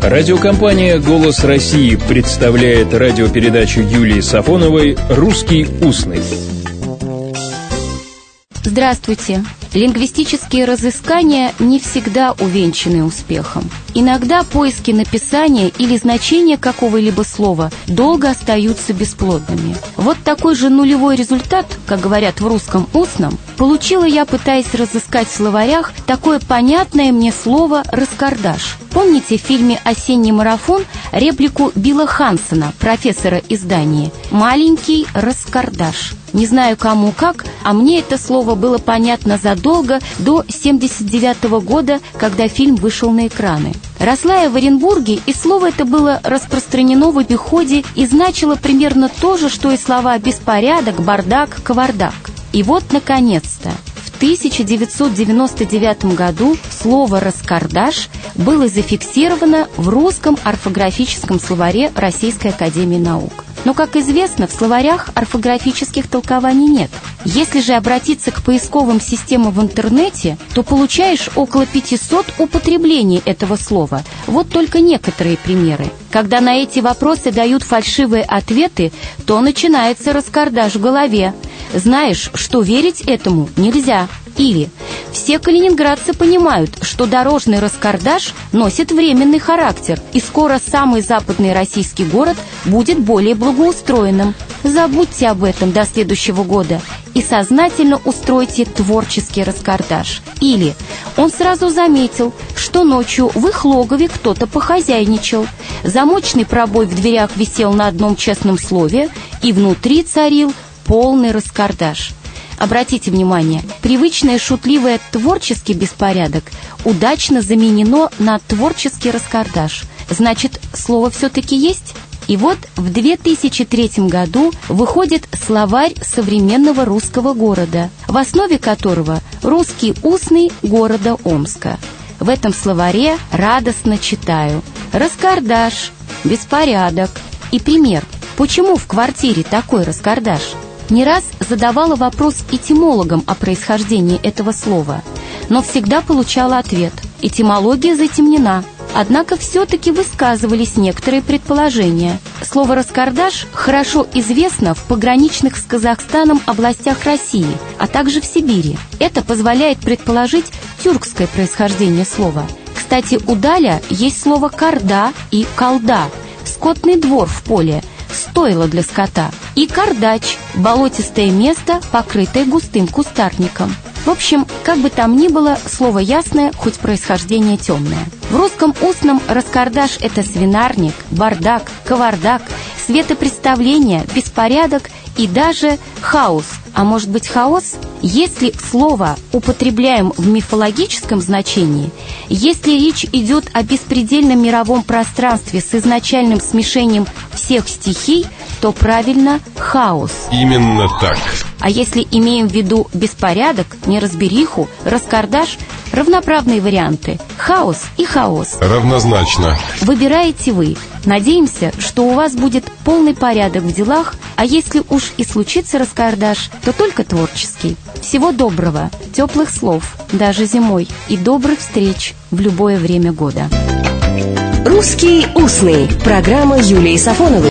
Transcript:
Радиокомпания «Голос России» представляет радиопередачу Юлии Сафоновой «Русский устный». Здравствуйте. Лингвистические разыскания не всегда увенчаны успехом. Иногда поиски написания или значения какого-либо слова долго остаются бесплодными. Вот такой же нулевой результат, как говорят в русском устном, получила я, пытаясь разыскать в словарях такое понятное мне слово «раскардаш». Помните в фильме «Осенний марафон» реплику Билла Хансена, профессора из Дании? «Маленький раскардаш». Не знаю кому как, а мне это слово было понятно задолго до 1979 года, когда фильм вышел на экраны. Росла я в Оренбурге, и слово это было распространено в обиходе и значило примерно то же, что и слова «беспорядок», «бардак», «кавардак». И вот, наконец-то, в 1999 году слово «раскардаш» было зафиксировано в русском орфографическом словаре Российской академии наук. Но, как известно, в словарях орфографических толкований нет. Если же обратиться к поисковым системам в интернете, то получаешь около 500 употреблений этого слова. Вот только некоторые примеры. Когда на эти вопросы дают фальшивые ответы, то начинается раскардаш в голове. Знаешь, что верить этому нельзя. Или все калининградцы понимают, что дорожный раскардаш носит временный характер, и скоро самый западный российский город будет более благоустроенным. Забудьте об этом до следующего года и сознательно устройте творческий раскардаш. Или он сразу заметил, что ночью в их логове кто-то похозяйничал. Замочный пробой в дверях висел на одном честном слове, и внутри царил полный раскардаш. Обратите внимание, привычное шутливое «творческий беспорядок» удачно заменено на «творческий раскардаш». Значит, слово все-таки есть? И вот в 2003 году выходит словарь современного русского города, в основе которого русский устный города Омска. В этом словаре радостно читаю: раскардаш, беспорядок. И пример, почему в квартире такой раскардаш? Не раз задавала вопрос этимологам о происхождении этого слова, но всегда получала ответ: этимология затемнена. Однако все-таки высказывались некоторые предположения. Слово «раскардаш» хорошо известно в пограничных с Казахстаном областях России, а также в Сибири. Это позволяет предположить тюркское происхождение слова. Кстати, у Даля есть слово «карда» и «колда» – скотный двор в поле, стойло для скота, и кардач – болотистое место, покрытое густым кустарником. В общем, как бы там ни было, слово ясное, хоть происхождение темное. В русском устном раскардаш – это свинарник, бардак, кавардак, светопредставление, беспорядок и даже хаос. А может быть, хаос? Если слово употребляем в мифологическом значении, если речь идет о беспредельном мировом пространстве с изначальным смешением всех стихий, то правильно хаос. Именно так. А если имеем в виду беспорядок, неразбериху, раскардаш, равноправные варианты – хаос и хаос. Равнозначно. Выбираете вы. Надеемся, что у вас будет полный порядок в делах, а если уж и случится раскардаш, то только творческий. Всего доброго, теплых слов, даже зимой, и добрых встреч в любое время года. «Русский устный». Программа Юлии Сафоновой.